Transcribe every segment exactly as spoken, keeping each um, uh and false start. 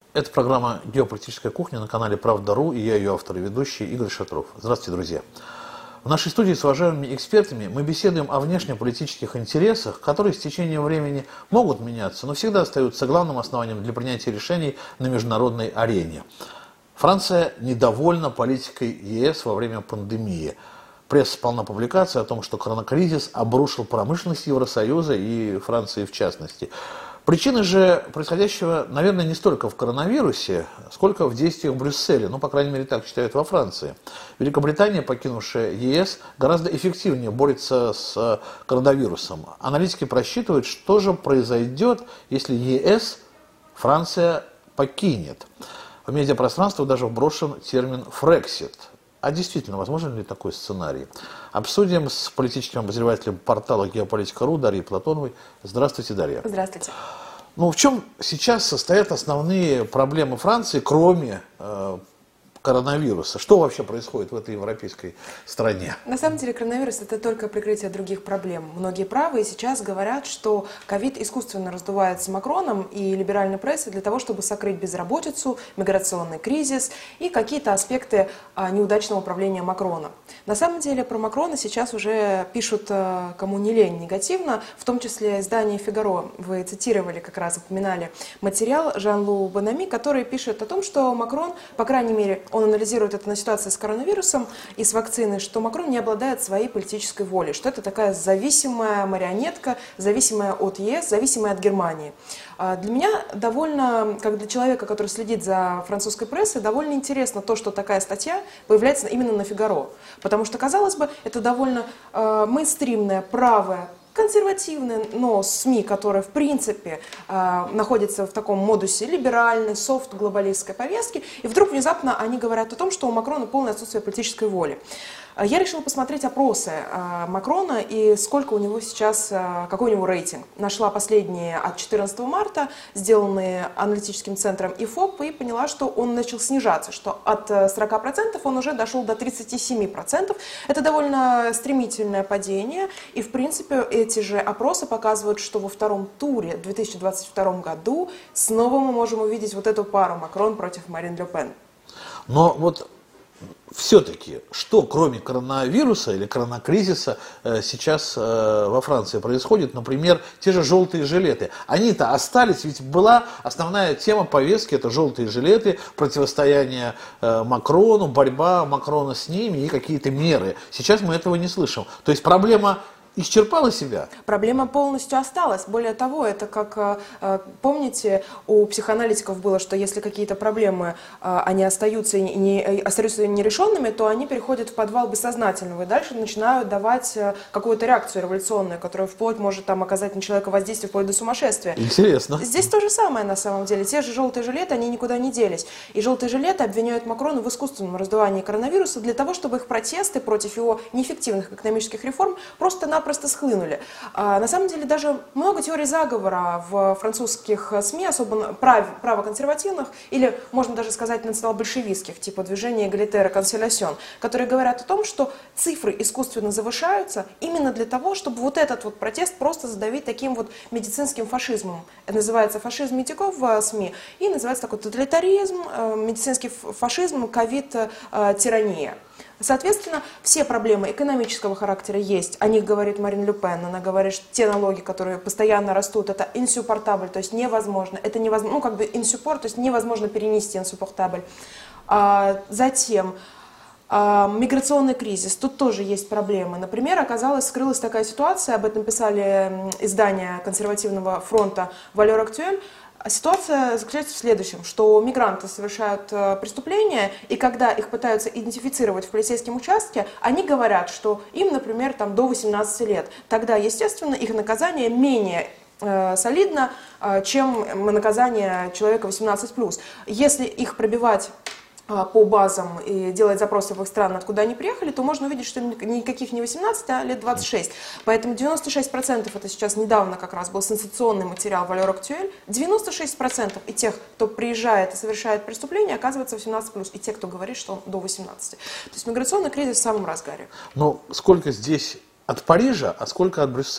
Это программа «Геополитическая кухня» на канале «Правда.ру», и я ее автор и ведущий Игорь Шатров. Здравствуйте, друзья. В нашей студии с уважаемыми экспертами мы беседуем о внешнеполитических интересах, которые с течением времени могут меняться, но всегда остаются главным основанием для принятия решений на международной арене. Франция недовольна политикой ЕС во время пандемии. Пресса полна публикаций о том, что коронакризис обрушил промышленность Евросоюза и Франции в частности. Причина же происходящего, наверное, не столько в коронавирусе, сколько в действиях Брюсселя, ну, по крайней мере, так считают во Франции. Великобритания, покинувшая ЕС, гораздо эффективнее борется с коронавирусом. Аналитики просчитывают, что же произойдет, если ЕС Франция покинет. В медиапространство даже вброшен термин «Фрексит». А действительно, возможен ли такой сценарий? Обсудим с политическим обозревателем портала «Геополитика.ру» Дарьей Платоновой. Здравствуйте, Дарья. Здравствуйте. Ну, в чем сейчас состоят основные проблемы Франции, кроме э, коронавируса? Что вообще происходит в этой европейской стране? На самом деле коронавирус – это только прикрытие других проблем. Многие правые сейчас говорят, что ковид искусственно раздувается Макроном и либеральной прессой для того, чтобы сокрыть безработицу, миграционный кризис и какие-то аспекты а, неудачного управления Макрона. На самом деле про Макрона сейчас уже пишут, а, кому не лень, негативно, в том числе издание «Фигаро». Вы цитировали, как раз упоминали материал Жан-Лу Бонами, который пишет о том, что Макрон, по крайней мере, он анализирует это на ситуации с коронавирусом и с вакциной, что Макрон не обладает своей политической волей, что это такая зависимая марионетка, зависимая от ЕС, зависимая от Германии. Для меня довольно, как для человека, который следит за французской прессой, довольно интересно то, что такая статья появляется именно на «Фигаро». Потому что, казалось бы, это довольно э, мейнстримная, правая, консервативные, но СМИ, которые в принципе э, находятся в таком модусе либеральной, софт-глобалистской повестки, и вдруг внезапно они говорят о том, что у Макрона полное отсутствие политической воли. Я решила посмотреть опросы э, Макрона и сколько у него сейчас, э, какой у него рейтинг. Нашла последние от четырнадцатого марта, сделанные аналитическим центром ИФОП, и поняла, что он начал снижаться, что от сорока процентов он уже дошел до тридцати семи процентов. Это довольно стремительное падение, и в принципе эти же опросы показывают, что во втором туре в две тысячи двадцать втором году снова мы можем увидеть вот эту пару Макрон против Марин Ле Пен. Но вот все-таки, что кроме коронавируса или коронакризиса э, сейчас э, во Франции происходит? Например, те же желтые жилеты. Они-то остались, ведь была основная тема повестки, это желтые жилеты, противостояние э, Макрону, борьба Макрона с ними и какие-то меры. Сейчас мы этого не слышим. То есть проблема исчерпала себя? Проблема полностью осталась. Более того, это как, помните, у психоаналитиков было, что если какие-то проблемы, они остаются, и не, остаются нерешенными, то они переходят в подвал бессознательного и дальше начинают давать какую-то реакцию революционную, которая вплоть может там оказать на человека воздействие вплоть до сумасшествия. Интересно. Здесь то же самое на самом деле. Те же желтые жилеты, они никуда не делись. И желтые жилеты обвиняют Макрона в искусственном раздувании коронавируса для того, чтобы их протесты против его неэффективных экономических реформ просто-напросто просто схлынули. А, на самом деле даже много теорий заговора в французских СМИ, особо прав, правоконсервативных, или можно даже сказать национал-большевистских, типа движения Эгалитер и Консолясьон, которые говорят о том, что цифры искусственно завышаются именно для того, чтобы вот этот вот протест просто задавить таким вот медицинским фашизмом. Это называется фашизм Митико в СМИ, и называется такой тоталитаризм, медицинский фашизм, ковид-тирания. Соответственно, все проблемы экономического характера есть. О них говорит Марин Ле Пен. Она говорит, что те налоги, которые постоянно растут, это инсуппортабль, то есть невозможно. Это невозможно, ну как бы инсуппорт, то есть невозможно перенести инсуппортабль. А, затем а, миграционный кризис. Тут тоже есть проблемы. Например, оказалось, скрылась такая ситуация, об этом писали издания консервативного фронта «Валер Актуэль». Ситуация заключается в следующем, что мигранты совершают преступления, и когда их пытаются идентифицировать в полицейском участке, они говорят, что им, например, там, до восемнадцати лет. Тогда, естественно, их наказание менее э, солидно, э, чем наказание человека восемнадцать плюс. Если их пробивать по базам и делать запросы в их страны, откуда они приехали, то можно увидеть, что никаких не восемнадцать, а лет двадцать шесть. Поэтому девяносто шесть процентов, это сейчас недавно как раз был сенсационный материал «Валер Актуэль», девяносто шесть процентов и тех, кто приезжает и совершает преступление, оказывается восемнадцать плюс, и те, кто говорит, что он до восемнадцати. То есть миграционный кризис в самом разгаре. Но сколько здесь от Парижа, а сколько от Брюсселя?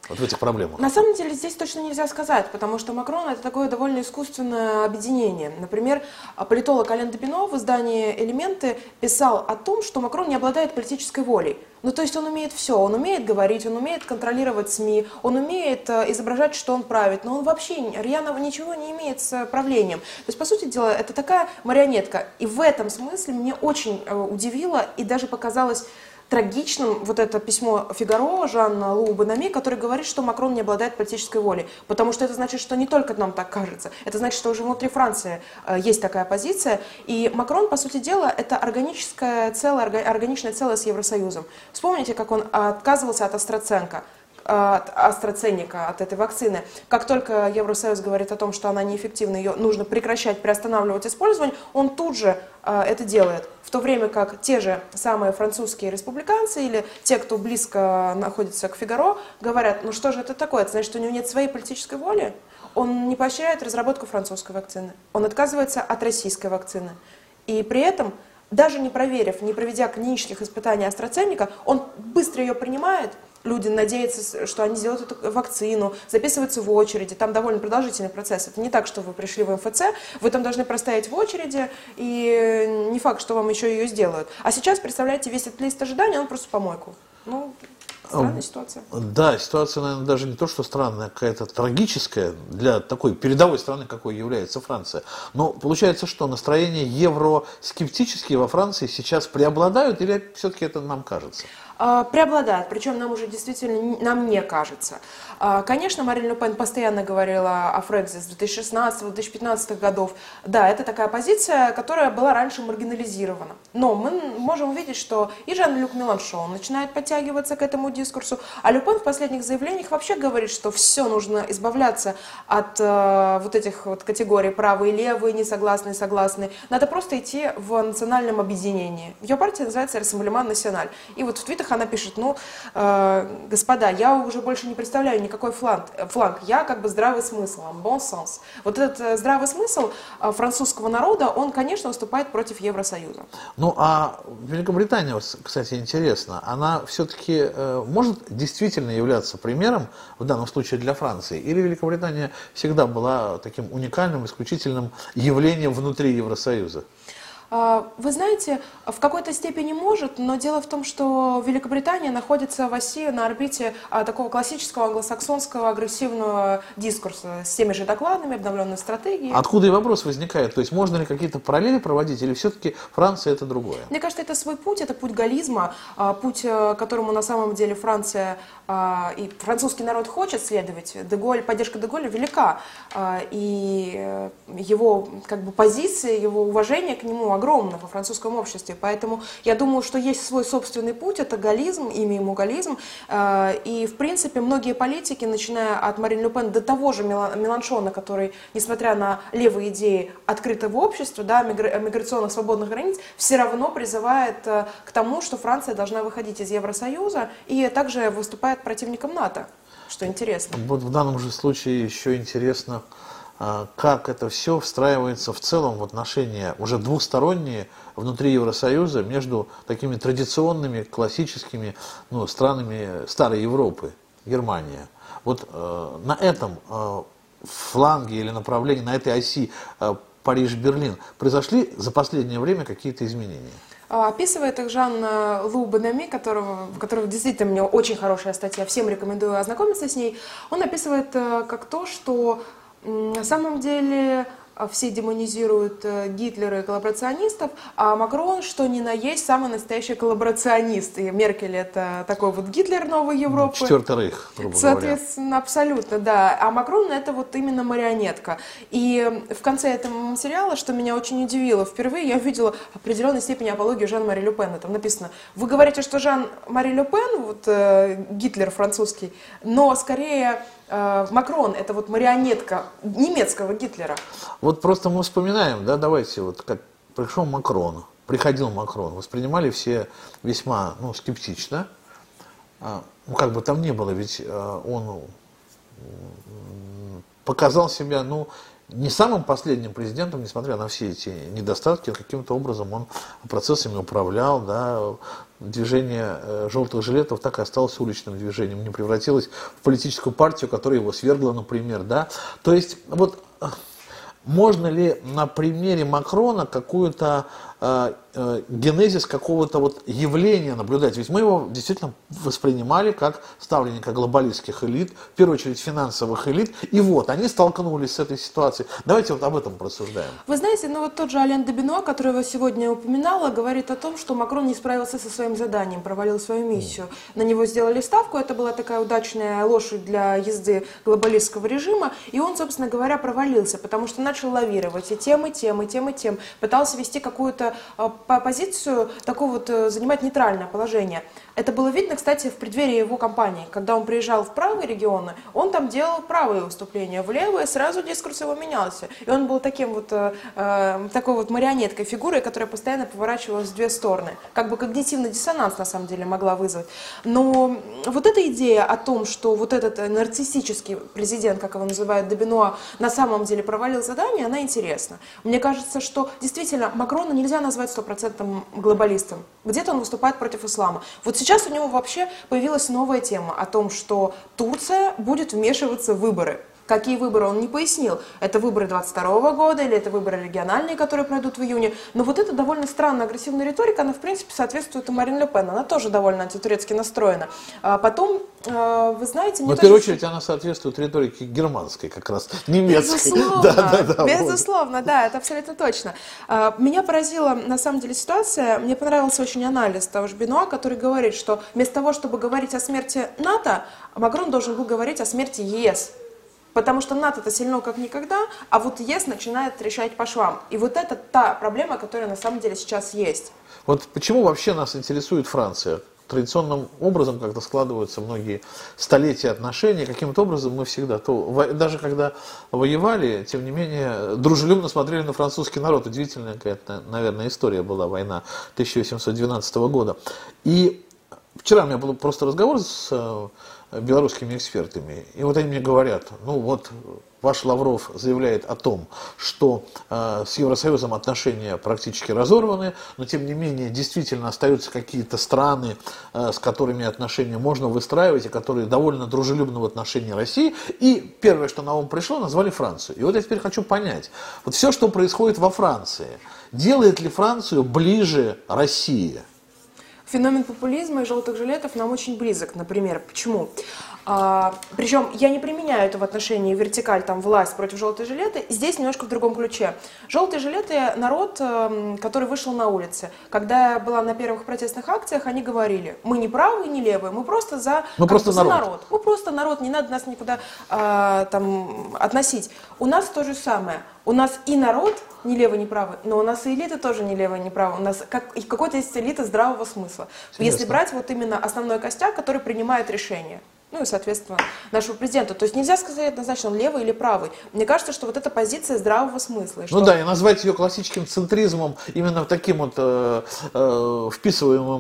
вот в этих проблемах? На самом деле здесь точно нельзя сказать, потому что Макрон — это такое довольно искусственное объединение. Например, политолог Ален Депино в издании «Элементы» писал о том, что Макрон не обладает политической волей. Ну, то есть он умеет все, он умеет говорить, он умеет контролировать СМИ, он умеет э, изображать, что он правит, но он вообще рьяно ничего не имеет с правлением. То есть, по сути дела, это такая марионетка. И в этом смысле мне очень э, удивило и даже показалось трагичным вот это письмо Фигаро Жанна Лу Бонами, который говорит, что Макрон не обладает политической волей. Потому что это значит, что не только нам так кажется, это значит, что уже внутри Франции э, есть такая позиция. И Макрон, по сути дела, это органическое целое, органичное целое с Евросоюзом. Вспомните, как он отказывался от AstraZeneca, от AstraZeneca, от этой вакцины. Как только Евросоюз говорит о том, что она неэффективна, ее нужно прекращать, приостанавливать использование, он тут же э, это делает. В то время как те же самые французские республиканцы или те, кто близко находится к Фигаро, говорят, ну что же это такое? Это значит, что у него нет своей политической воли? Он не поощряет разработку французской вакцины. Он отказывается от российской вакцины. И при этом, даже не проверив, не проведя клинических испытаний AstraZeneca, он быстро ее принимает. Люди надеются, что они сделают эту вакцину, записываются в очереди, там довольно продолжительный процесс. Это не так, что вы пришли в эм эф цэ, вы там должны простоять в очереди, и не факт, что вам еще ее сделают. А сейчас, представляете, весь этот лист ожидания, он просто в помойку. Ну, странная ситуация. Да, ситуация, наверное, даже не то, что странная, а какая-то трагическая для такой передовой страны, какой является Франция. Но получается, что настроения евроскептические во Франции сейчас преобладают, или все-таки это нам кажется? Преобладает, причем нам уже действительно, нам не кажется. Конечно, Марин Ле Пен постоянно говорила о Фрекзе с две тысячи шестнадцатого — две тысячи пятнадцатого годов. Да, это такая позиция, которая была раньше маргинализирована. Но мы можем увидеть, что и Жан-Люк Меланшон начинает подтягиваться к этому дискурсу, а Ле Пен в последних заявлениях вообще говорит, что все нужно избавляться от э, вот этих вот категорий правые, левые, несогласные, согласные. Надо просто идти в национальном объединении. Ее партия называется Рассамблеман Националь. И вот в твитах она пишет, ну, э, господа, я уже больше не представляю никакой фланг, фланг, я как бы здравый смысл, bon sens. Вот этот э, здравый смысл э, французского народа, он, конечно, выступает против Евросоюза. Ну, а Великобритания, кстати, интересно, она все-таки э, может действительно являться примером, в данном случае для Франции, или Великобритания всегда была таким уникальным, исключительным явлением внутри Евросоюза? Вы знаете, в какой-то степени может, но дело в том, что Великобритания находится в оси на орбите такого классического англосаксонского агрессивного дискурса с теми же докладами, обновленной стратегией. Откуда и вопрос возникает? То есть можно ли какие-то параллели проводить, или все-таки Франция это другое? Мне кажется, это свой путь, это путь галлизма, путь, которому на самом деле Франция и французский народ хочет следовать. Деголь, поддержка Деголя велика, и его как бы позиция, его уважение к нему огромно во французском обществе. Поэтому я думаю, что есть свой собственный путь, это галлизм, имя ему галлизм. И, в принципе, многие политики, начиная от Марин Ле Пен до того же Меланшона, который, несмотря на левые идеи открытого общества, да, миграционных свободных границ, все равно призывает к тому, что Франция должна выходить из Евросоюза, и также выступает противником НАТО, что интересно. Вот в данном же случае еще интересно, как это все встраивается в целом в отношения уже двухсторонние внутри Евросоюза между такими традиционными, классическими, ну, странами старой Европы, Германия. Вот э, на этом э, фланге или направлении, на этой оси э, Париж-Берлин произошли за последнее время какие-то изменения? Описывает их Жан Лу Бонами, которого, которого действительно у него очень хорошая статья, всем рекомендую ознакомиться с ней. Он описывает как то, что на самом деле все демонизируют Гитлера и коллаборационистов, а Макрон, что ни на есть, самый настоящий коллаборационист. И Меркель — это такой вот Гитлер новой Европы. Четвертый рейх, грубо Соответственно, говоря. Абсолютно, да. А Макрон — это вот именно марионетка. И в конце этого материала, что меня очень удивило, впервые я увидела в определенной степени апологию Жан-Мари Ле Пена. Там написано, вы говорите, что Жан-Мари Ле Пен, вот э, Гитлер французский, но скорее Макрон — это вот марионетка немецкого Гитлера. Вот просто мы вспоминаем, да, давайте, вот как пришел Макрон, приходил Макрон, воспринимали все весьма, ну, скептично. Ну, как бы там ни было, ведь он показал себя, ну, не самым последним президентом, несмотря на все эти недостатки, каким-то образом он процессами управлял, да, движение э, желтых жилетов так и осталось уличным движением, не превратилось в политическую партию, которая его свергла, например, да. То есть, вот, можно ли на примере Макрона какую-то э, э, генезис какого-то вот явления наблюдать? Ведь мы его действительно воспринимали как ставленника глобалистских элит, в первую очередь финансовых элит, и вот они столкнулись с этой ситуацией. Давайте вот об этом порассуждаем. Вы знаете, ну вот тот же Ален де Бенуа, которого я сегодня упоминала, говорит о том, что Макрон не справился со своим заданием, провалил свою миссию. На него сделали ставку, это была такая удачная лошадь для езды глобалистского режима, и он, собственно говоря, провалился, потому что начал лавировать и тем, и тем, и тем, и тем. Пытался вести какую-то э, позицию, такого вот, э, занимать нейтральное положение. Это было видно, кстати, в преддверии его кампании. Когда он приезжал в правые регионы, он там делал правые выступления, в левые сразу дискурс его менялся. И он был таким вот, э, э, такой вот марионеткой, фигурой, которая постоянно поворачивалась в две стороны. Как бы когнитивный диссонанс, на самом деле, могла вызвать. Но вот эта идея о том, что вот этот нарциссический президент, как его называют, де Бенуа, на самом деле провалил задание, она интересна. Мне кажется, что действительно Макрона нельзя назвать стопроцентным глобалистом. Где-то он выступает против ислама. Вот сейчас у него вообще появилась новая тема о том, что Турция будет вмешиваться в выборы. Какие выборы, он не пояснил. Это выборы двадцать второго года или это выборы региональные, которые пройдут в июне. Но вот эта довольно странная агрессивная риторика, она в принципе соответствует и Марин Ле Пен. Она тоже довольно антитурецки настроена. А потом, вы знаете... Мне в первую очередь она соответствует риторике германской как раз, немецкой. Безусловно, да, да, да, безусловно, вот. Да, это абсолютно точно. Меня поразила на самом деле ситуация, мне понравился очень анализ того же Бенуа, который говорит, что вместо того, чтобы говорить о смерти НАТО, Макрон должен был говорить о смерти ЕС. Потому что НАТО-то сильно как никогда, а вот ЕС начинает решать по швам. И вот это та проблема, которая на самом деле сейчас есть. Вот почему вообще нас интересует Франция? Традиционным образом как-то складываются многие столетия отношений. Каким-то образом мы всегда, то, даже когда воевали, тем не менее, дружелюбно смотрели на французский народ. Удивительная какая-то, наверное, история была, война тысяча восемьсот двенадцатого года. И вчера у меня был просто разговор с белорусскими экспертами, и вот они мне говорят, ну вот ваш Лавров заявляет о том, что э, с Евросоюзом отношения практически разорваны, но тем не менее действительно остаются какие-то страны, э, с которыми отношения можно выстраивать, и которые довольно дружелюбны в отношении России, и первое, что на ум пришло, назвали Францию. И вот я теперь хочу понять, вот все, что происходит во Франции, делает ли Францию ближе России? Феномен популизма и желтых жилетов нам очень близок, например. Почему? А, причем я не применяю это в отношении вертикаль, там, власть против желтой жилеты. Здесь немножко в другом ключе. Желтые жилеты – народ, который вышел на улицы. Когда я была на первых протестных акциях, они говорили, мы не правые, не левые, мы просто за, мы просто за народ. народ. Мы просто народ, не надо нас никуда а, там, относить. У нас то же самое. У нас и народ не левый, не правый, но у нас и элита тоже не левая, не правая. У нас как, какой-то есть элита здравого смысла. Интересно. Если брать вот именно основной костяк, который принимает решения. Ну и, соответственно, нашего президента. То есть нельзя сказать однозначно, он левый или правый. Мне кажется, что вот эта позиция здравого смысла. И ну что... да, и назвать ее классическим центризмом, именно таким вот э, э, вписываемым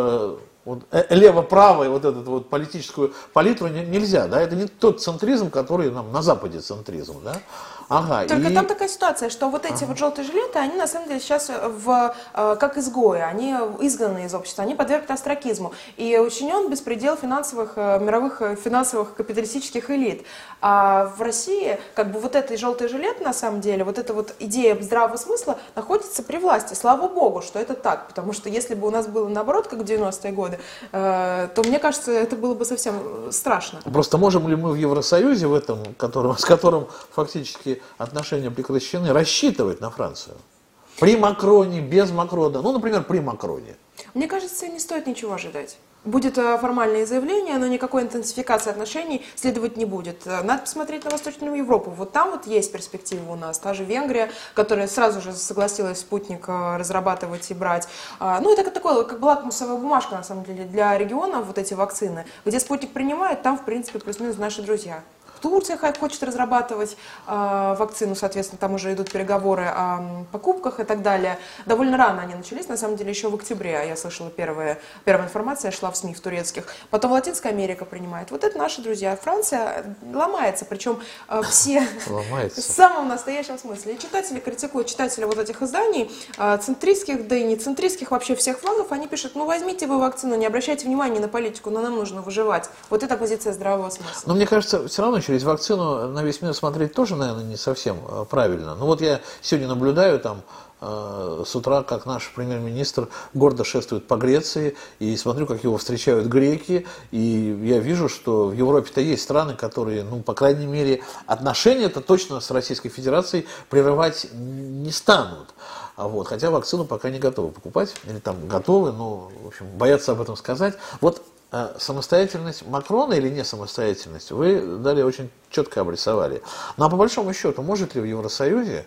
в вот, э, лево-право, вот эту вот политическую палитру не, нельзя. Да? Это не тот центризм, который нам на Западе центризм. Да? Ага, Только и... там такая ситуация, что вот эти ага. вот желтые жилеты, они на самом деле сейчас в, как изгои, они изгнаны из общества, они подвергнуты остракизму. И учинен беспредел финансовых, мировых финансовых капиталистических элит. А в России как бы вот этой желтый жилет, на самом деле, вот эта вот идея здравого смысла находится при власти. Слава богу, что это так, потому что если бы у нас было наоборот, как в девяностые годы, то мне кажется, это было бы совсем страшно. Просто можем ли мы в Евросоюзе, в этом, которым, с которым фактически отношения прекращены, рассчитывать на Францию? При Макроне, без Макрона, ну, например, при Макроне. Мне кажется, не стоит ничего ожидать. Будет формальное заявление, но никакой интенсификации отношений следовать не будет. Надо посмотреть на Восточную Европу. Вот там вот есть перспектива у нас. Та же Венгрия, которая сразу же согласилась спутник разрабатывать и брать. Ну, это такое, как лакмусовая бумажка, на самом деле, для регионов, вот эти вакцины. Где спутник принимает, там, в принципе, плюс-минус наши друзья. Турция хочет разрабатывать э, вакцину, соответственно, там уже идут переговоры о покупках и так далее. Довольно рано они начались, на самом деле, еще в октябре. Я слышала первая, первая информация, шла в СМИ в турецких. Потом Латинская Америка принимает. Вот это наши друзья. Франция ломается, причем э, все ломается. В самом настоящем смысле. И читатели критикуют, читатели вот этих изданий, э, центристских, да и не центристских, вообще всех флагов, они пишут, ну возьмите вы вакцину, не обращайте внимания на политику, но нам нужно выживать. Вот это позиция здравого смысла. Но мне кажется, все равно через вакцину на весь мир смотреть тоже, наверное, не совсем правильно. Ну вот я сегодня наблюдаю там э, с утра, как наш премьер-министр гордо шествует по Греции, и смотрю, как его встречают греки, и я вижу, что в Европе-то есть страны, которые, ну, по крайней мере, отношения-то точно с Российской Федерацией прерывать не станут. А вот, хотя вакцину пока не готовы покупать, или там готовы, но, в общем, боятся об этом сказать. Вот э, самостоятельность Макрона или не самостоятельность вы далее очень четко обрисовали. Ну а по большому счету, может ли в Евросоюзе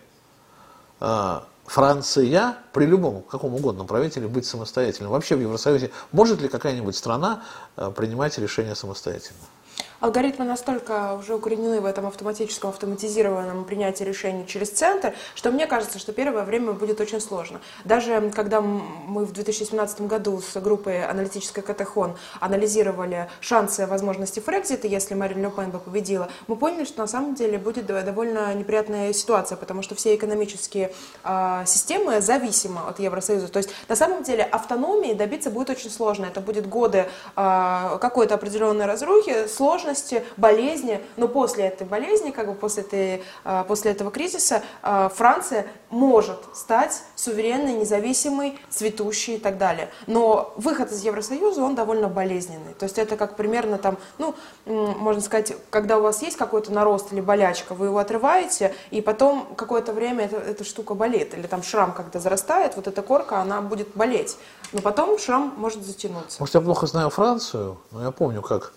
э, Франция при любом, каком угодно правителе быть самостоятельным? Вообще в Евросоюзе может ли какая-нибудь страна э, принимать решения самостоятельно? Алгоритмы настолько уже укоренены в этом автоматическом, автоматизированном принятии решений через центр, что мне кажется, что первое время будет очень сложно. Даже когда мы в две тысячи семнадцатом году с группой аналитической Катехон анализировали шансы возможности Фрексита, если Марин Ле Пен бы победила, мы поняли, что на самом деле будет довольно неприятная ситуация, потому что все экономические э, системы зависимы от Евросоюза. То есть на самом деле автономии добиться будет очень сложно. Это будет годы э, какой-то определенной разрухи, сложности, болезни, но после этой болезни, как бы после, этой, после этого кризиса, Франция может стать суверенной, независимой, цветущей и так далее. Но выход из Евросоюза, он довольно болезненный. То есть это как примерно там, ну, можно сказать, когда у вас есть какой-то нарост или болячка, вы его отрываете, и потом какое-то время эта, эта штука болит. Или там шрам, когда зарастает, вот эта корка, она будет болеть. Но потом шрам может затянуться. Может, я плохо знаю Францию, но я помню, как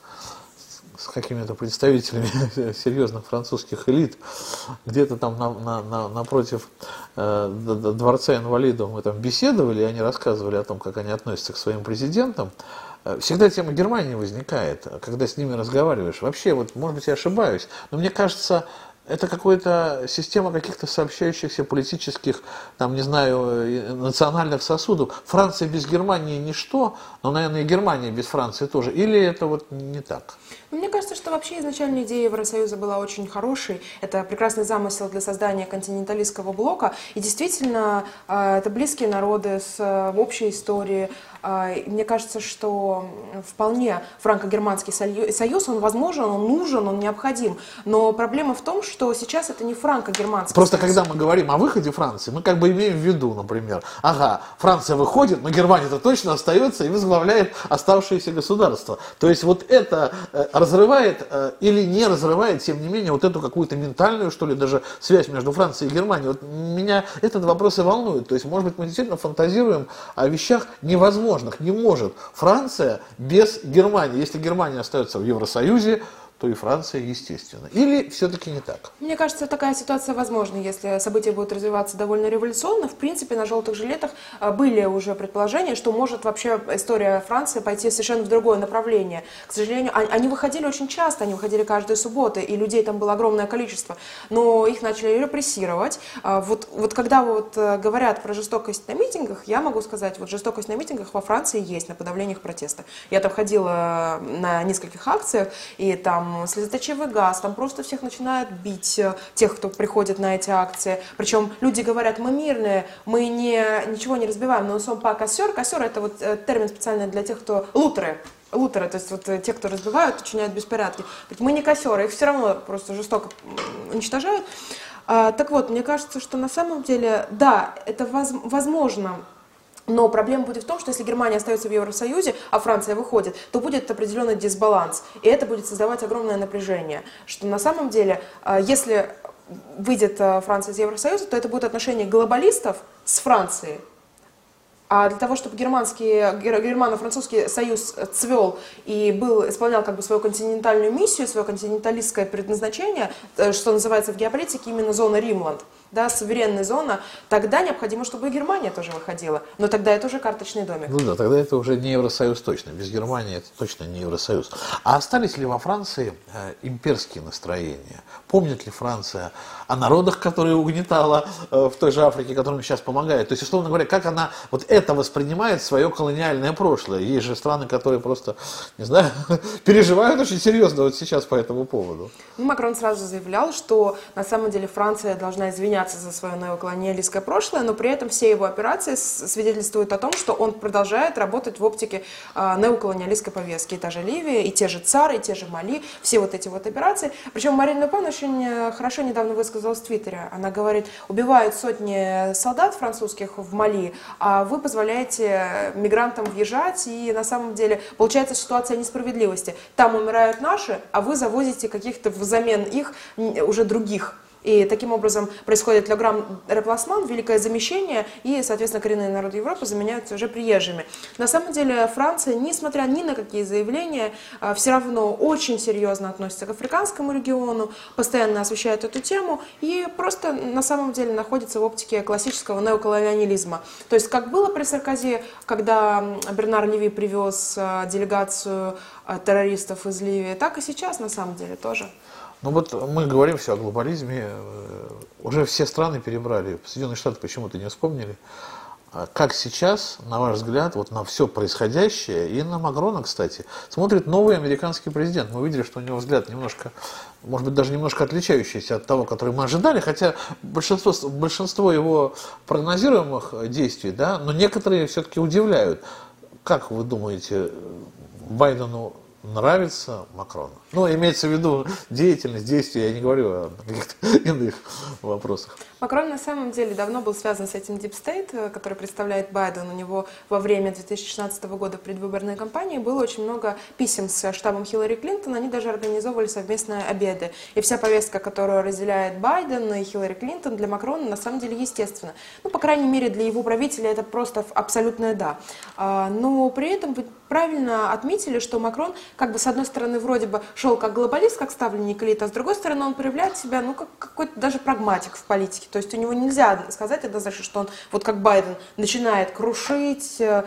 с какими-то представителями серьезных французских элит, где-то там на, на, на, напротив э, Дворца инвалидов мы там беседовали, и они рассказывали о том, как они относятся к своим президентам. Всегда тема Германии возникает, когда с ними разговариваешь. Вообще, вот, может быть, я ошибаюсь, но мне кажется, это какая-то система каких-то сообщающихся политических, там, не знаю, национальных сосудов. Франция без Германии ничто, но, наверное, и Германия без Франции тоже. Или это вот не так? Мне кажется, что вообще изначальная идея Евросоюза была очень хорошей. Это прекрасный замысел для создания континенталистского блока. И действительно, это близкие народы с общей историей. Мне кажется, что вполне франко-германский союз, он возможен, он нужен, он необходим. Но проблема в том, что сейчас это не франко-германский Просто союз. Когда мы говорим о выходе Франции, мы как бы имеем в виду, например, ага, Франция выходит, но Германия-то точно остается и возглавляет оставшиеся государства. То есть вот это разрывает э, или не разрывает, тем не менее, вот эту какую-то ментальную, что ли, даже связь между Францией и Германией. Вот меня этот вопрос и волнует. То есть, может быть, мы действительно фантазируем о вещах невозможных. Не может Франция без Германии. Если Германия остается в Евросоюзе, то и Франция, естественно. Или все-таки не так? Мне кажется, такая ситуация возможна, если события будут развиваться довольно революционно. В принципе, на желтых жилетах были уже предположения, что может вообще история Франции пойти совершенно в другое направление. К сожалению, они выходили очень часто, они выходили каждую субботу, и людей там было огромное количество, но их начали репрессировать. Вот, вот когда вот говорят про жестокость на митингах, я могу сказать, вот жестокость на митингах во Франции есть, на подавлениях протеста. Я там ходила на нескольких акциях, и там слезоточивый газ, там просто всех начинают бить, тех, кто приходит на эти акции. Причем люди говорят, мы мирные, мы не, ничего не разбиваем, но сом па кассер. Кассер — это вот термин специально для тех, кто лутеры. Лутеры, то есть вот те, кто разбивают, учиняют беспорядки. Мы не кассеры, их все равно просто жестоко уничтожают. А, так вот, мне кажется, что на самом деле, да, это воз, возможно. Но проблема будет в том, что если Германия остается в Евросоюзе, а Франция выходит, то будет определенный дисбаланс. И это будет создавать огромное напряжение. Что на самом деле, если выйдет Франция из Евросоюза, то это будет отношение глобалистов с Францией А для того, чтобы германский, германо-французский союз цвел и был, исполнял как бы свою континентальную миссию, свое континенталистское предназначение, что называется в геополитике именно зона Римланд, да, суверенная зона, тогда необходимо, чтобы и Германия тоже выходила. Но тогда это уже карточный домик. Ну да, тогда это уже не Евросоюз точно. Без Германии это точно не Евросоюз. А остались ли во Франции э, имперские настроения? Помнит ли Франция о народах, которые угнетала э, в той же Африке, которым сейчас помогает? То есть, условно говоря, как она вот это воспринимает свое колониальное прошлое? Есть же страны, которые просто, не знаю, переживают очень серьезно вот сейчас по этому поводу. Ну, Макрон сразу заявлял, что на самом деле Франция должна извиняться за свое неоколониалистское прошлое, но при этом все его операции свидетельствуют о том, что он продолжает работать в оптике э, неоколониалистской повестки. И та же Ливия, и те же ЦАР, и те же Мали, все вот эти вот операции. Причем Марин Ле Пен очень хорошо недавно высказалась в Твиттере. Она говорит, убивают сотни солдат французских в Мали, а вы позволяете мигрантам въезжать, и на самом деле получается ситуация несправедливости. Там умирают наши, а вы завозите каких-то взамен их уже других. И таким образом происходит le grand remplacement, великое замещение, и, соответственно, коренные народы Европы заменяются уже приезжими. На самом деле Франция, несмотря ни на какие заявления, все равно очень серьезно относится к африканскому региону, постоянно освещает эту тему и просто на самом деле находится в оптике классического неоколониализма. То есть, как было при Саркози, когда Бернар Леви привез делегацию террористов из Ливии, так и сейчас на самом деле тоже. Ну вот мы говорим все о глобализме, уже все страны перебрали, Соединенные Штаты почему-то не вспомнили. Как сейчас, на ваш взгляд, вот на все происходящее, и на Макрона, кстати, смотрит новый американский президент? Мы видели, что у него взгляд немножко, может быть, даже немножко отличающийся от того, который мы ожидали, хотя большинство, большинство его прогнозируемых действий, да, но некоторые все-таки удивляют. Как вы думаете, Байдену нравится Макрон? Ну, имеется в виду деятельность, действия, я не говорю о каких-то иных вопросах. Макрон на самом деле давно был связан с этим Deep State, который представляет Байден. У него во время две тысячи шестнадцатого года предвыборной кампании было очень много писем с штабом Хиллари Клинтон, они даже организовывали совместные обеды. И вся повестка, которую разделяет Байден и Хиллари Клинтон, для Макрона на самом деле естественно. Ну, по крайней мере, для его правителя это просто абсолютное «да». Но при этом вы правильно отметили, что Макрон, как бы с одной стороны, вроде бы шел как глобалист, как ставленник элиты, а с другой стороны, он проявляет себя, ну, как какой-то даже прагматик в политике. То есть у него нельзя сказать однозначно, что он, вот как Байден, начинает крушить, э,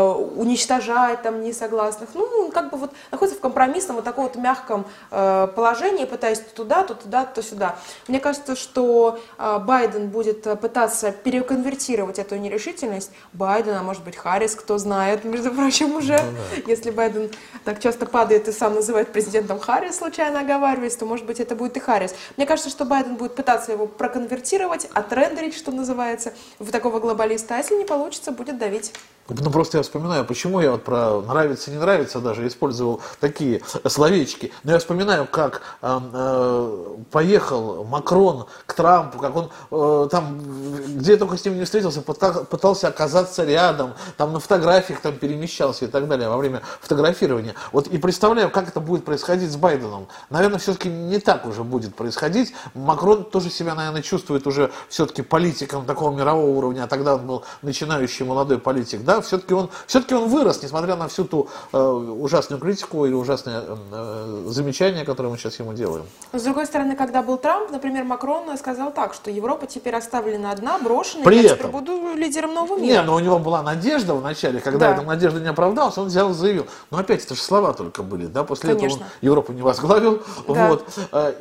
уничтожать там несогласных. Ну, он как бы вот находится в компромиссном, вот таком вот мягком э, положении, пытаясь то туда, то туда, то сюда. Мне кажется, что э, Байден будет пытаться переконвертировать эту нерешительность. Байден, а может быть Харрис, кто знает, между прочим, уже. Ну, да. Если Байден так часто падает и сам называет президентом Харрис, случайно оговариваясь, то, может быть, это будет и Харрис. Мне кажется, что Байден будет пытаться его проконвертировать, отрендерить, что называется, в такого глобалиста, а если не получится, будет давить. Ну, просто я вспоминаю, почему я вот про нравится, не нравится даже использовал такие словечки. Но я вспоминаю, как э, э, поехал Макрон к Трампу, как он э, там, где только с ним не встретился, пытался оказаться рядом, там на фотографиях там перемещался и так далее во время фотографирования. Вот и представляю, как это будет происходить с Байденом. Наверное, все-таки не так уже будет происходить. Макрон тоже себя, наверное, чувствует уже все-таки политиком такого мирового уровня, а тогда он был начинающий молодой политик, да, все-таки он, все-таки он вырос, несмотря на всю ту э, ужасную критику или ужасное э, замечание, которое мы сейчас ему делаем. Но, с другой стороны, когда был Трамп, например, Макрон сказал так, что Европа теперь оставлена одна, брошена, При и я этом, теперь буду лидером нового мира. Не, но у него была надежда вначале, когда да. эта надежда не оправдалась, он взял и заявил. Но опять это же слова только были, да, после Конечно. этого он Европу не возглавил, да. вот,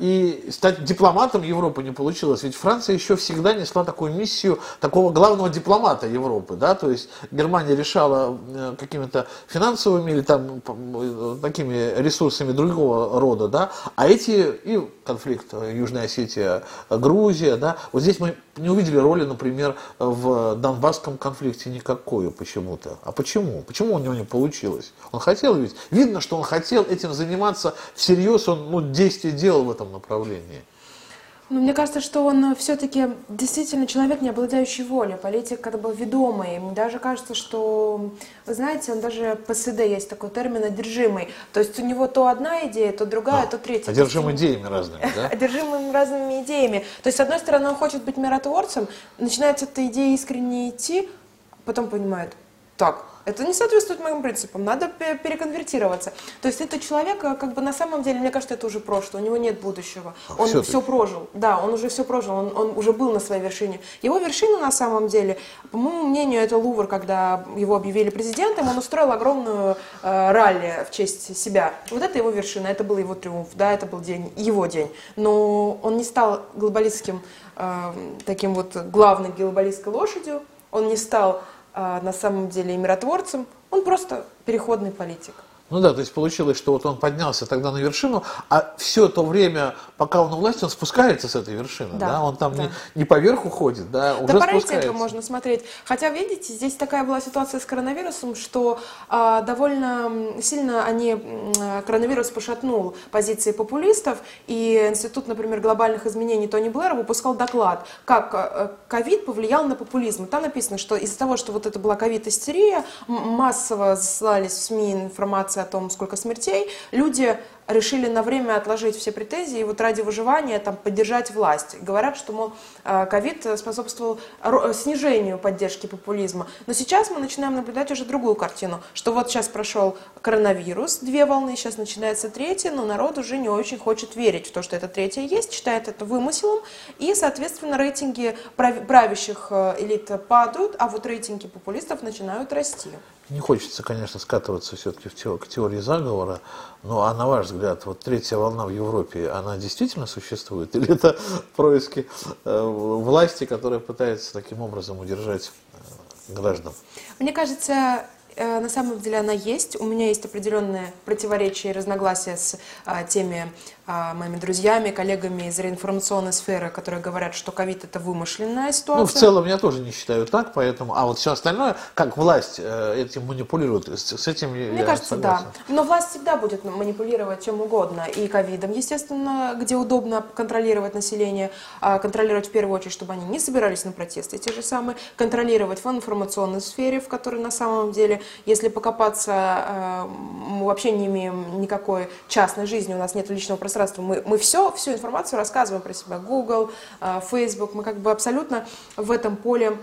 и стать дипломатом Европы не получилось, ведь Франция еще всегда несла такую миссию такого главного дипломата Европы, да, то есть Германия решала какими-то финансовыми или там такими ресурсами другого рода, да, а эти, и конфликт Южная Осетия, Грузия, да, вот здесь мы не увидели роли, например, в Донбасском конфликте никакой почему-то. А почему? Почему у него не получилось? Он хотел ведь, видно, что он хотел этим заниматься всерьез, он ну, действия делал в этом направлении. Ну, мне кажется, что он все-таки действительно человек, не обладающий волей, политик как бы ведомый. Мне даже кажется, что, вы знаете, он даже по СД есть такой термин «одержимый». То есть у него то одна идея, то другая, а, то третья. Одержим идеями разными, да? Одержимым разными идеями. То есть, с одной стороны, он хочет быть миротворцем, начинает эта идея искренне идти, потом понимает, так, это не соответствует моим принципам, надо переконвертироваться. То есть это человек, как бы на самом деле, мне кажется, это уже прошлое, у него нет будущего. Он все, все прожил, да, он уже все прожил, он, он уже был на своей вершине. Его вершина на самом деле, по моему мнению, это Лувр, когда его объявили президентом, он устроил огромную э, ралли в честь себя. Вот это его вершина, это был его триумф, да, это был день, его день. Но он не стал глобалистским, э, таким вот главной глобалистской лошадью, он не стал на самом деле и миротворцем, он просто переходный политик. Ну да, то есть получилось, что вот он поднялся тогда на вершину, а все то время, пока он у власти, он спускается с этой вершины, да, да? Он там да. не, не поверху ходит, да, уже да, спускается. Да, по рейтингу можно смотреть. Хотя, видите, здесь такая была ситуация с коронавирусом, что а, довольно сильно они, коронавирус пошатнул позиции популистов, и Институт, например, глобальных изменений Тони Блэра выпускал доклад, как ковид повлиял на популизм. Там написано, что из-за того, что вот это была ковид-истерия, массово ссылались в СМИ информация о том, сколько смертей, люди решили на время отложить все претензии и вот ради выживания там, поддержать власть. Говорят, что, мол, ковид способствовал снижению поддержки популизма. Но сейчас мы начинаем наблюдать уже другую картину, что вот сейчас прошел коронавирус, две волны, сейчас начинается третья, но народ уже не очень хочет верить в то, что это третья есть, считает это вымыслом, и, соответственно, рейтинги правящих элит падают, а вот рейтинги популистов начинают расти. Не хочется, конечно, скатываться все-таки в теор- к теории заговора, но а на ваш взгляд, вот третья волна в Европе, она действительно существует? Или это происки э, власти, которая пытается таким образом удержать э, граждан? Мне кажется, э, на самом деле она есть. У меня есть определенные противоречия и разногласия с э, теми э, моими друзьями, коллегами из информационной сферы, которые говорят, что ковид это вымышленная ситуация. Ну, в целом я тоже не считаю так, поэтому, а вот все остальное, как власть э, этим манипулирует, с, с этим Мне я кажется, согласен. да. Но власть всегда будет манипулировать чем угодно. И ковидом, естественно, где удобно контролировать население, контролировать в первую очередь, чтобы они не собирались на протесты, те же самые, контролировать в информационной сфере, в которой на самом деле, если покопаться, мы вообще не имеем никакой частной жизни, у нас нет личного пространства. Мы, мы все, всю информацию рассказываем про себя. Google, Facebook, мы как бы абсолютно в этом поле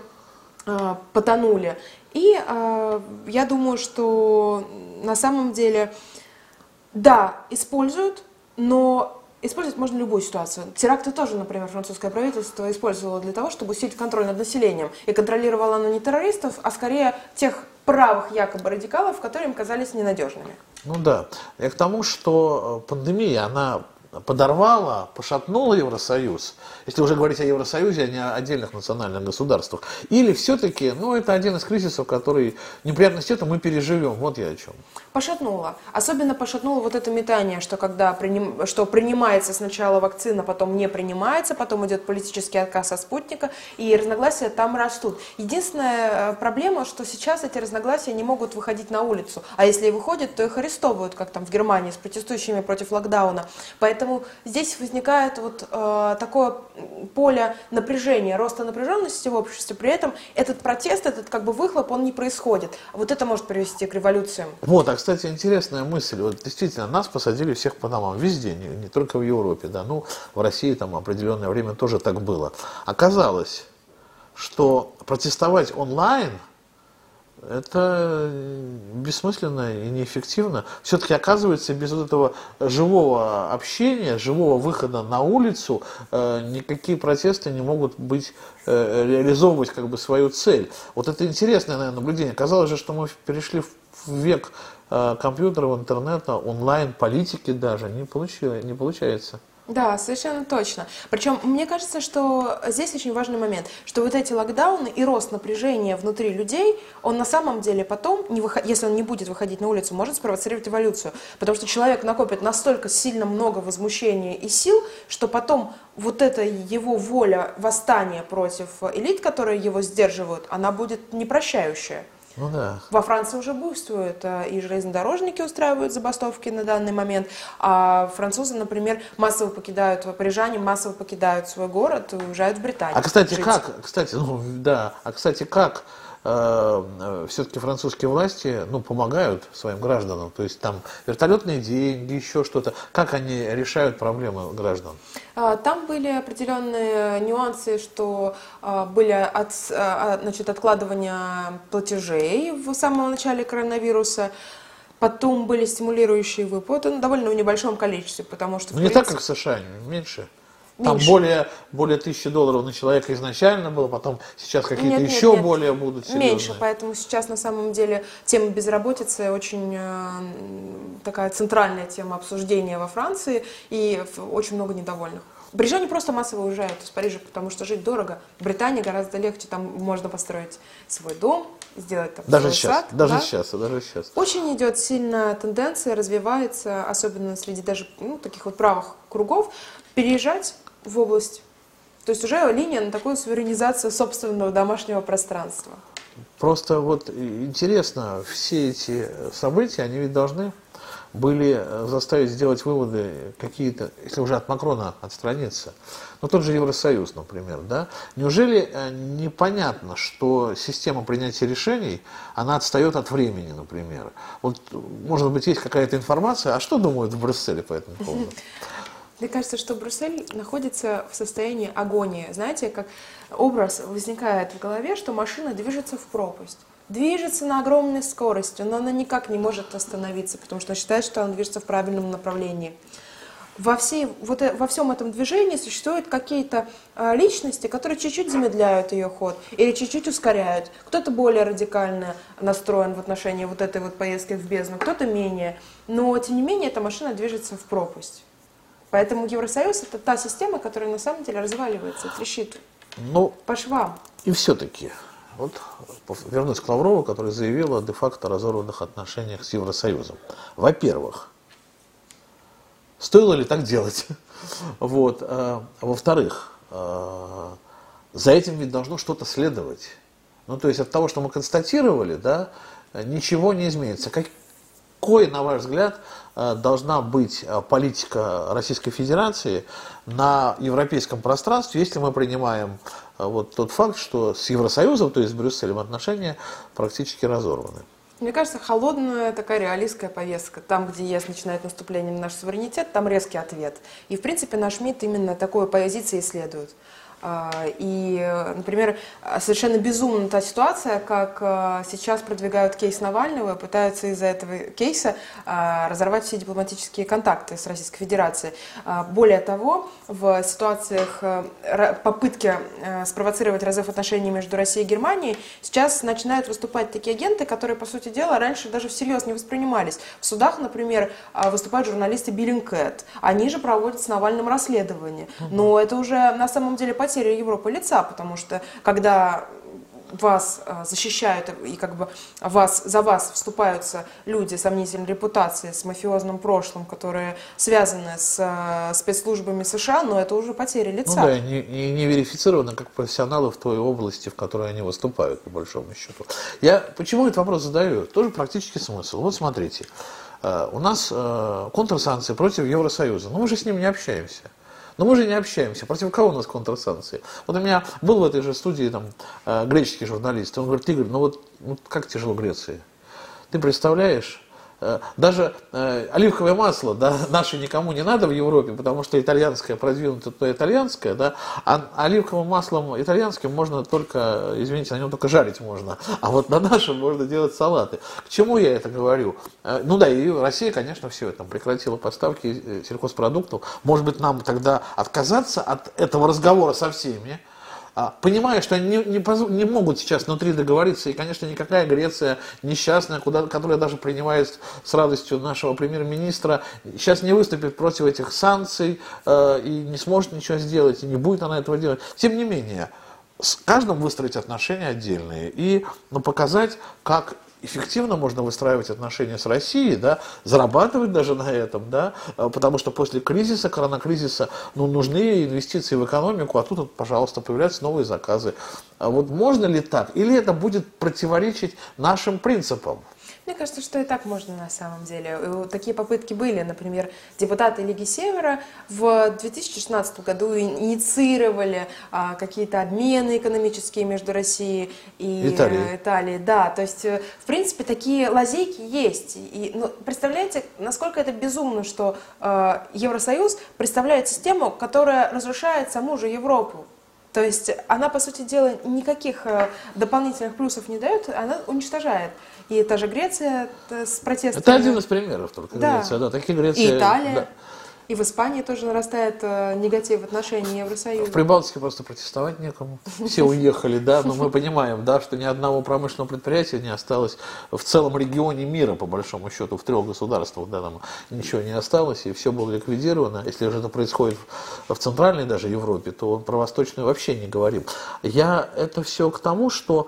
э, потонули. И э, я думаю, что на самом деле, да, используют, но использовать можно любую ситуацию. Теракты тоже, например, французское правительство использовало для того, чтобы усилить контроль над населением. И контролировало оно не террористов, а скорее тех правых якобы радикалов, которые им казались ненадежными. Ну да. Я к тому, что пандемия, она подорвала, пошатнула Евросоюз, если уже говорить о Евросоюзе, а не о отдельных национальных государствах, или все-таки, ну, это один из кризисов, который, неприятность это мы переживем, вот я о чем. Пошатнула. Особенно пошатнуло вот это метание, что когда приним... что принимается сначала вакцина, потом не принимается, потом идет политический отказ от спутника, и разногласия там растут. Единственная проблема, что сейчас эти разногласия не могут выходить на улицу, а если и выходят, то их арестовывают, как там в Германии, с протестующими против локдауна. Поэтому здесь возникает вот э, такое поле напряжения, роста напряженности в обществе, при этом этот протест, этот как бы выхлоп, он не происходит. Вот это может привести к революциям. Вот, а кстати, интересная мысль. Вот действительно, нас посадили всех по домам, везде, не, не только в Европе, да, ну, в России там определенное время тоже так было. Оказалось, что протестовать онлайн это бессмысленно и неэффективно. Все-таки оказывается, без вот этого живого общения, живого выхода на улицу, э, никакие протесты не могут быть, э, реализовывать как бы свою цель. Вот это интересное, наверное, наблюдение. Казалось же, что мы перешли в век э, компьютеров, интернета, онлайн, политики даже. Не, получилось, не получается. Да, совершенно точно. Причем мне кажется, что здесь очень важный момент, что вот эти локдауны и рост напряжения внутри людей, он на самом деле потом, не выход... если он не будет выходить на улицу, может спровоцировать революцию. Потому что человек накопит настолько сильно много возмущения и сил, что потом вот эта его воля восстания против элит, которые его сдерживают, она будет непрощающая. Ну, да. Во Франции уже буйствуют, и железнодорожники устраивают забастовки на данный момент, а французы, например, массово покидают, парижане массово покидают свой город и уезжают в Британию. А кстати, жить. как, кстати, ну, да, а кстати, как э, все-таки французские власти, ну, помогают своим гражданам? То есть там вертолетные деньги, еще что-то. Как они решают проблемы граждан? Там были определенные нюансы, что были от, значит, откладывания платежей в самом начале коронавируса. Потом были стимулирующие выплаты, ну, довольно в небольшом количестве, потому что... Ну, не принципе, так, как в США, меньше. Там меньше. более, более тысячи долларов на человека изначально было, потом сейчас какие-то Нет, еще нет, нет. более будут серьезные. Меньше, поэтому сейчас на самом деле тема безработицы очень э, такая центральная тема обсуждения во Франции, и очень много недовольных. Парижане просто массово уезжают из Парижа, потому что жить дорого. В Британии гораздо легче, там можно построить свой дом, сделать там даже свой сейчас, сад. даже да? сейчас, даже сейчас. Очень идет сильная тенденция, развивается, особенно среди даже ну, таких вот правых кругов, переезжать в область. То есть уже линия на такую суверенизацию собственного домашнего пространства. Просто вот интересно, все эти события, они ведь должны были заставить сделать выводы какие-то, если уже от Макрона отстраниться. Ну, тот же Евросоюз, например, да? Неужели непонятно, что система принятия решений, она отстает от времени, например? Вот, может быть, есть какая-то информация, а что думают в Брюсселе по этому поводу? Мне кажется, что Брюссель находится в состоянии агонии. Знаете, как образ возникает в голове, что машина движется в пропасть. Движется на огромной скорости, но она никак не может остановиться, потому что она считает, что она движется в правильном направлении. Во, всей, вот, во всем этом движении существуют какие-то а, личности, которые чуть-чуть замедляют ее ход или чуть-чуть ускоряют. Кто-то более радикально настроен в отношении вот этой вот поездки в бездну, кто-то менее. Но, тем не менее, эта машина движется в пропасть. Поэтому Евросоюз – это та система, которая на самом деле разваливается, трещит ну, по швам. И все-таки, вот вернусь к Лаврову, который заявил о де-факто разорванных отношениях с Евросоюзом. Во-первых, стоило ли так делать? Вот. Во-вторых, за этим ведь должно что-то следовать. Ну, то есть от того, что мы констатировали, да, ничего не изменится. Какой, на ваш взгляд, должна быть политика Российской Федерации на европейском пространстве, если мы принимаем вот тот факт, что с Евросоюзом, то есть с Брюсселем, отношения практически разорваны? Мне кажется, холодная такая реалистская повестка. Там, где ЕС начинает наступление на наш суверенитет, там резкий ответ. И, в принципе, наш МИД именно такой позиции исследует. И, например, совершенно безумна та ситуация, как сейчас продвигают кейс Навального, пытаются из-за этого кейса разорвать все дипломатические контакты с Российской Федерацией. Более того, в ситуациях попытки спровоцировать разрыв отношений между Россией и Германией сейчас начинают выступать такие агенты, которые, по сути дела, раньше даже всерьез не воспринимались. В судах, например, выступают журналисты Bellingcat. Они же проводят с Навальным расследование. Но это уже на самом деле потеря Европы лица, потому что когда вас защищают и как бы вас, за вас вступаются люди сомнительной репутации с мафиозным прошлым, которые связаны с спецслужбами США, но это уже потеря лица. Ну да, не, не, не верифицировано как профессионалы в той области, в которой они выступают, по большому счету. Я почему этот вопрос задаю? Тоже практически смысл. Вот смотрите, у нас контрсанкции против Евросоюза, но мы же с ним не общаемся. Но мы же не общаемся. Против кого у нас контрсанкции? Вот у меня был в этой же студии там, э, греческий журналист. Он говорит: Игорь, ну вот ну, как тяжело Греции. Ты представляешь, э, даже э, оливковое масло, да, наше никому не надо в Европе, потому что итальянское продвинуто, то итальянское, да, а оливковым маслом итальянским можно только, извините, на нем только жарить можно, а вот на нашем можно делать салаты. К чему я это говорю? Э, ну да, и Россия, конечно, все это прекратила поставки сельхозпродуктов. Может быть, нам тогда отказаться от этого разговора со всеми, понимая, что они не, не, не могут сейчас внутри договориться, и, конечно, никакая Греция несчастная, куда, которая даже принимает с радостью нашего премьер-министра, сейчас не выступит против этих санкций э, и не сможет ничего сделать, и не будет она этого делать. Тем не менее, с каждым выстроить отношения отдельные и ну, показать, как эффективно можно выстраивать отношения с Россией, да, зарабатывать даже на этом, да, потому что после кризиса, коронакризиса, ну, нужны инвестиции в экономику, а тут, пожалуйста, появляются новые заказы. А вот можно ли так? Или это будет противоречить нашим принципам? Мне кажется, что и так можно на самом деле. Такие попытки были. Например, депутаты Лиги Севера в две тысячи шестнадцатом году инициировали а, какие-то обмены экономические между Россией и Италией. Италией. Да, то есть, в принципе, такие лазейки есть. И, ну, представляете, насколько это безумно, что э, Евросоюз представляет систему, которая разрушает саму же Европу. То есть она, по сути дела, никаких э, дополнительных плюсов не дает, она уничтожает. И та же Греция с протестами. Это один из примеров только, да. Греция, да, такие Греции. И Италия. Да. И в Испании тоже нарастает э, негатив в отношении Евросоюза. В Прибалтике просто протестовать некому. Все уехали, да, но мы понимаем, да, что ни одного промышленного предприятия не осталось в целом регионе мира, по большому счету, в трех государствах, да, там ничего не осталось, и все было ликвидировано. Если же это происходит в Центральной даже Европе, то про Восточную вообще не говорим. Я это все к тому, что,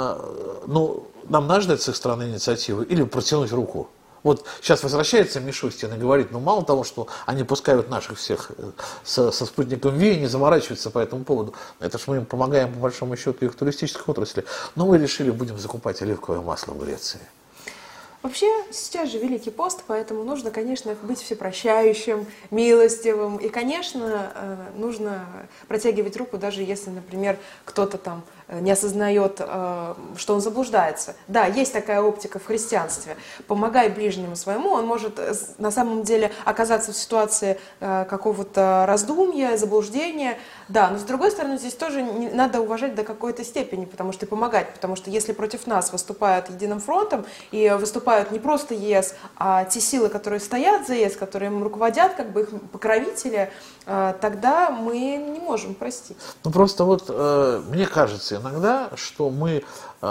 э, ну, нам надо ждать с их стороны инициативы или протянуть руку. Вот сейчас возвращается Мишустин и говорит, ну мало того, что они пускают наших всех со, со спутником Ви, не заморачиваются по этому поводу. Это ж мы им помогаем по большому счету их туристической отрасли. Но мы решили, будем закупать оливковое масло в Греции. Вообще, сейчас же Великий пост, поэтому нужно, конечно, быть всепрощающим, милостивым. И, конечно, нужно протягивать руку, даже если, например, кто-то там не осознает, что он заблуждается. Да, есть такая оптика в христианстве. Помогай ближнему своему, он может на самом деле оказаться в ситуации какого-то раздумья, заблуждения. Да, но с другой стороны, здесь тоже не надо уважать до какой-то степени, потому что и помогать. Потому что если против нас выступают единым фронтом и выступают не просто ЕС, а те силы, которые стоят за ЕС, которые им руководят, как бы их покровители, тогда мы не можем простить. Ну просто вот э, мне кажется иногда, что мы,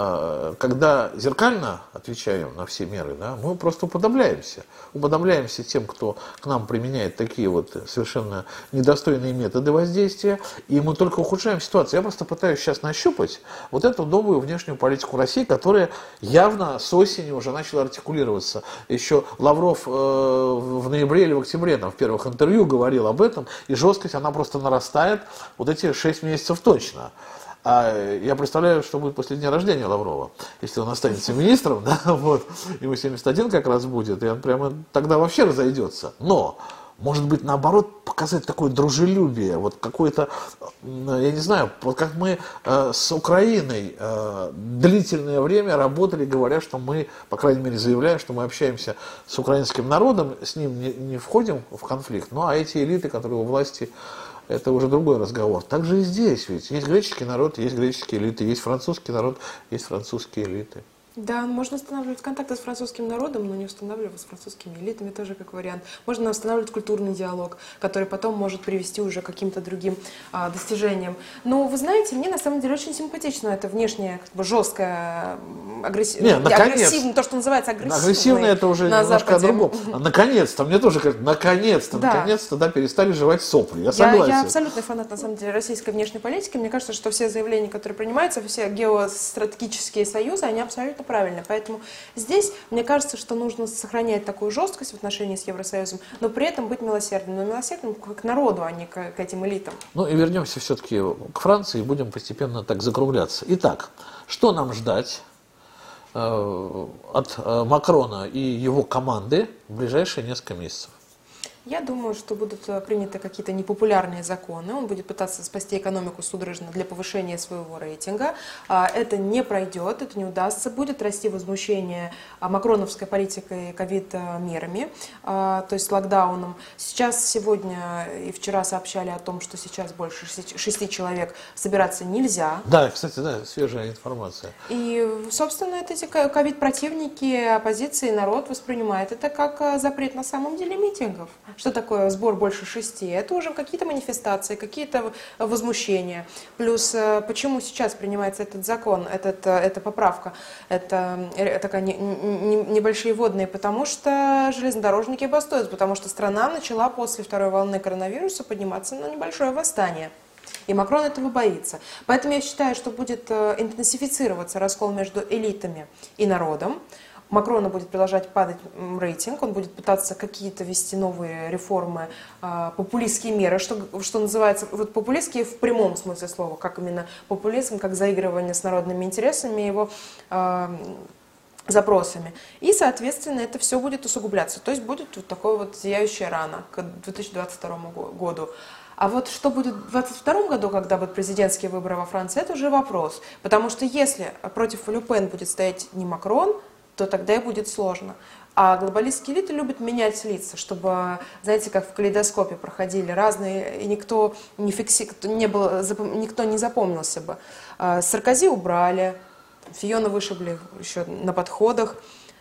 э, когда зеркально отвечаем на все меры, да, мы просто уподобляемся. Уподобляемся тем, кто к нам применяет такие вот совершенно недостойные методы воздействия, и мы только ухудшаем ситуацию. Я просто пытаюсь сейчас нащупать вот эту новую внешнюю политику России, которая явно с осени уже начала артикулироваться. Еще Лавров э, в ноябре или в октябре там, в первых интервью говорил об этом, и жесткость, она просто нарастает вот эти шесть месяцев точно. А я представляю, что будет после дня рождения Лаврова, если он останется министром, да, вот, ему семьдесят один как раз будет, и он прямо тогда вообще разойдется. Но, может быть, наоборот, показать такое дружелюбие, вот какое-то, я не знаю, вот как мы э, с Украиной э, длительное время работали, говоря, что мы, по крайней мере, заявляем, что мы общаемся с украинским народом, с ним не, не входим в конфликт, ну а эти элиты, которые у власти, это уже другой разговор. Так же и здесь ведь. Есть греческий народ, есть греческие элиты, есть французский народ, есть французские элиты. Да, можно устанавливать контакты с французским народом, но не устанавливать с французскими элитами тоже как вариант. Можно устанавливать культурный диалог, который потом может привести уже к каким-то другим а, достижениям. Но вы знаете, мне на самом деле очень симпатично это внешнее, как бы жесткое, агрессивное, агрессивное, то, что называется агрессивное. Агрессивное это уже на немножко о Западе. другом. Наконец-то, мне тоже кажется, наконец-то, да. наконец-то, да, перестали жевать сопли. Я Я, согласен. я абсолютный фанат, на самом деле, российской внешней политики. Мне кажется, что все заявления, которые принимаются, все геостратегические союзы, они абсолютно правильно. Поэтому здесь, мне кажется, что нужно сохранять такую жесткость в отношении с Евросоюзом, но при этом быть милосердным. Но милосердным к народу, а не к, к этим элитам. Ну и вернемся все-таки к Франции и будем постепенно так закругляться. Итак, что нам ждать э, от э, Макрона и его команды в ближайшие несколько месяцев? Я думаю, что будут приняты какие-то непопулярные законы. Он будет пытаться спасти экономику судорожно для повышения своего рейтинга. Это не пройдет, это не удастся. Будет расти возмущение макроновской политикой, ковид-мерами, то есть локдауном. Сейчас, сегодня и вчера сообщали о том, что сейчас больше шести человек собираться нельзя. Да, кстати, да, свежая информация. И, собственно, эти ковид-противники оппозиции, народ воспринимает это как запрет на самом деле митингов. Что такое сбор больше шести? Это уже какие-то манифестации, какие-то возмущения. Плюс, почему сейчас принимается этот закон, этот, эта поправка, это такая не, не, небольшие вводные, потому что железнодорожники бастуют, потому что страна начала после второй волны коронавируса подниматься на небольшое восстание. И Макрон этого боится. Поэтому я считаю, что будет интенсифицироваться раскол между элитами и народом. Макрону будет продолжать падать рейтинг, он будет пытаться какие-то ввести новые реформы, популистские меры, что, что называется, вот популистские в прямом смысле слова, как именно популизм, как заигрывание с народными интересами, его запросами. И, соответственно, это все будет усугубляться. То есть будет вот такая вот зияющая рана к две тысячи двадцать второму году. А вот что будет в две тысячи двадцать втором году, когда будут президентские выборы во Франции, это уже вопрос. Потому что если против Ле Пен будет стоять не Макрон, то тогда и будет сложно. А глобалистские элиты любят менять лица, чтобы, знаете, как в калейдоскопе проходили разные, и никто не, фикси... не, был, никто не запомнился бы. Саркози убрали, Фиона вышибли еще на подходах.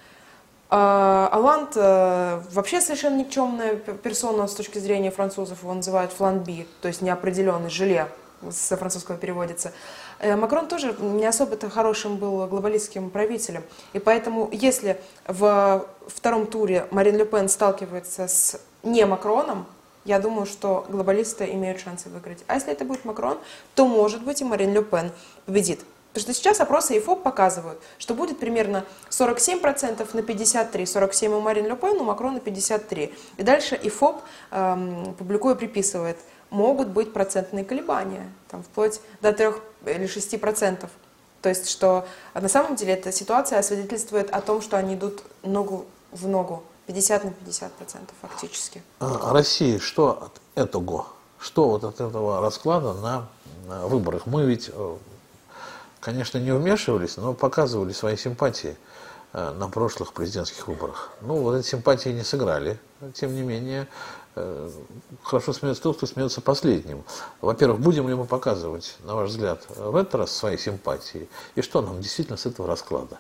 Олланд вообще совершенно никчемная персона с точки зрения французов, его называют фланби, то есть неопределенный, желе, с французского переводится. Макрон тоже не особо-то хорошим был глобалистским правителем. И поэтому, если в втором туре Марин Ле Пен сталкивается с не Макроном, я думаю, что глобалисты имеют шансы выиграть. А если это будет Макрон, то, может быть, и Марин Ле Пен победит. Потому что сейчас опросы ИФОП показывают, что будет примерно сорок семь процентов на пятьдесят три процента. сорок семь процентов у Марин Ле Пен, у Макрона пятьдесят три процента. И дальше ИФОП, эм, публикуя, приписывает, могут быть процентные колебания, там, вплоть до трёх или шести процентов. То есть, что на самом деле эта ситуация свидетельствует о том, что они идут ногу в ногу, пятьдесят на пятьдесят процентов фактически. А России что от этого? Что вот от этого расклада на, на выборах? Мы ведь, конечно, не вмешивались, но показывали свои симпатии на прошлых президентских выборах. Ну, вот эти симпатии не сыграли. Тем не менее, хорошо смеется тот, кто смеется последним. Во-первых, будем ли мы показывать, на ваш взгляд, в этот раз свои симпатии? И что нам действительно с этого расклада?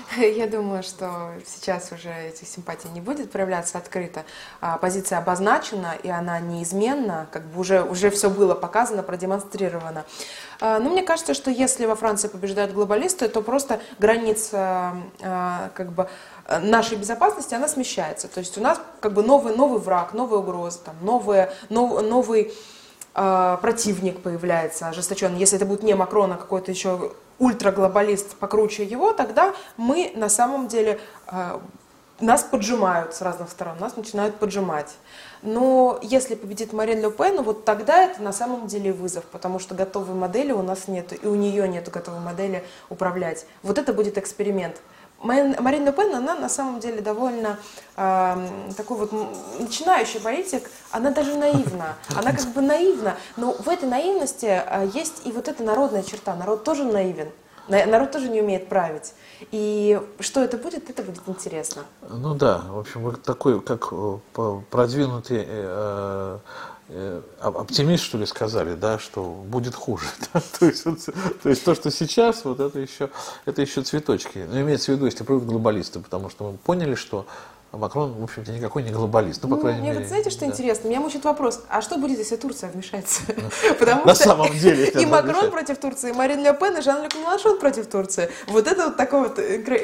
Я думаю, что сейчас уже этих симпатий не будет проявляться открыто. Позиция обозначена, и она неизменна, как бы уже, уже все было показано, продемонстрировано. Но мне кажется, что если во Франции побеждают глобалисты, то просто граница как бы нашей безопасности, она смещается. То есть у нас как бы новый, новый враг, новые угрозы, там, новые, нов, новый э, противник появляется ожесточенный. Если это будет не Макрон, а какой-то еще ультраглобалист покруче его, тогда мы на самом деле, э, нас поджимают с разных сторон, нас начинают поджимать. Но если победит Марин Ле Пен, вот тогда это на самом деле вызов, потому что готовой модели у нас нет, и у нее нет готовой модели управлять. Вот это будет эксперимент. Марин Ле Пен, она на самом деле довольно э, такой вот начинающий политик, она даже наивна, она как бы наивна, но в этой наивности э, есть и вот эта народная черта, народ тоже наивен, народ тоже не умеет править, и что это будет, это будет интересно. Ну да, в общем, вы такой, как продвинутый э, э, оптимист, что ли, сказали, да, что будет хуже. Да? То есть, вот, то есть то, что сейчас, вот это еще, это еще цветочки. Но имеется в виду, если придут глобалисты, потому что мы поняли, что Макрон, в общем-то, никакой не глобалист. Ну, по крайней Мне мере, вот знаете, что да. интересно? Меня мучит вопрос, а что будет, если Турция вмешается? Потому На что самом деле, и Макрон против Турции, и Марин Ле Пен, и Жан-Люк Mélenchon против Турции. Вот это вот такой вот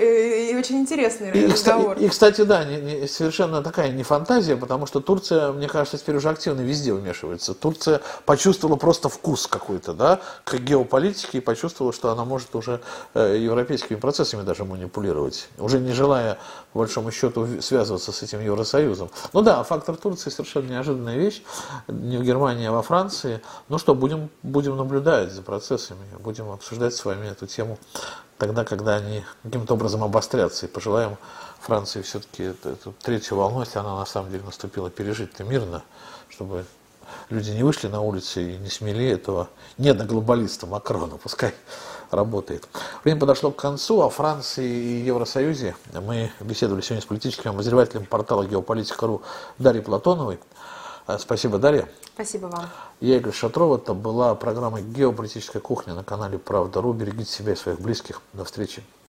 и очень интересный и, разговор. И, и, кстати, да, не, не, совершенно такая не фантазия, потому что Турция, мне кажется, теперь уже активно везде вмешивается. Турция почувствовала просто вкус какой-то, да, к геополитике и почувствовала, что она может уже э, европейскими процессами даже манипулировать, уже не желая, по большому счету, связываться с этим Евросоюзом. Ну да, фактор Турции совершенно неожиданная вещь, не в Германии, а во Франции. Ну что, будем, будем наблюдать за процессами, будем обсуждать с вами эту тему тогда, когда они каким-то образом обострятся, и пожелаем Франции все-таки эту, эту третью волну, если она на самом деле наступила, пережить-то мирно, чтобы люди не вышли на улицы и не смели этого недоглобалиста Макрона, пускай работает. Время подошло к концу. О Франции и Евросоюзе мы беседовали сегодня с политическим обозревателем портала геополитика точка ру Дарьей Платоновой. Спасибо, Дарья. Спасибо вам. Я Игорь Шатров. Это была программа «Геополитическая кухня» на канале Правда точка ру. Берегите себя и своих близких. До встречи.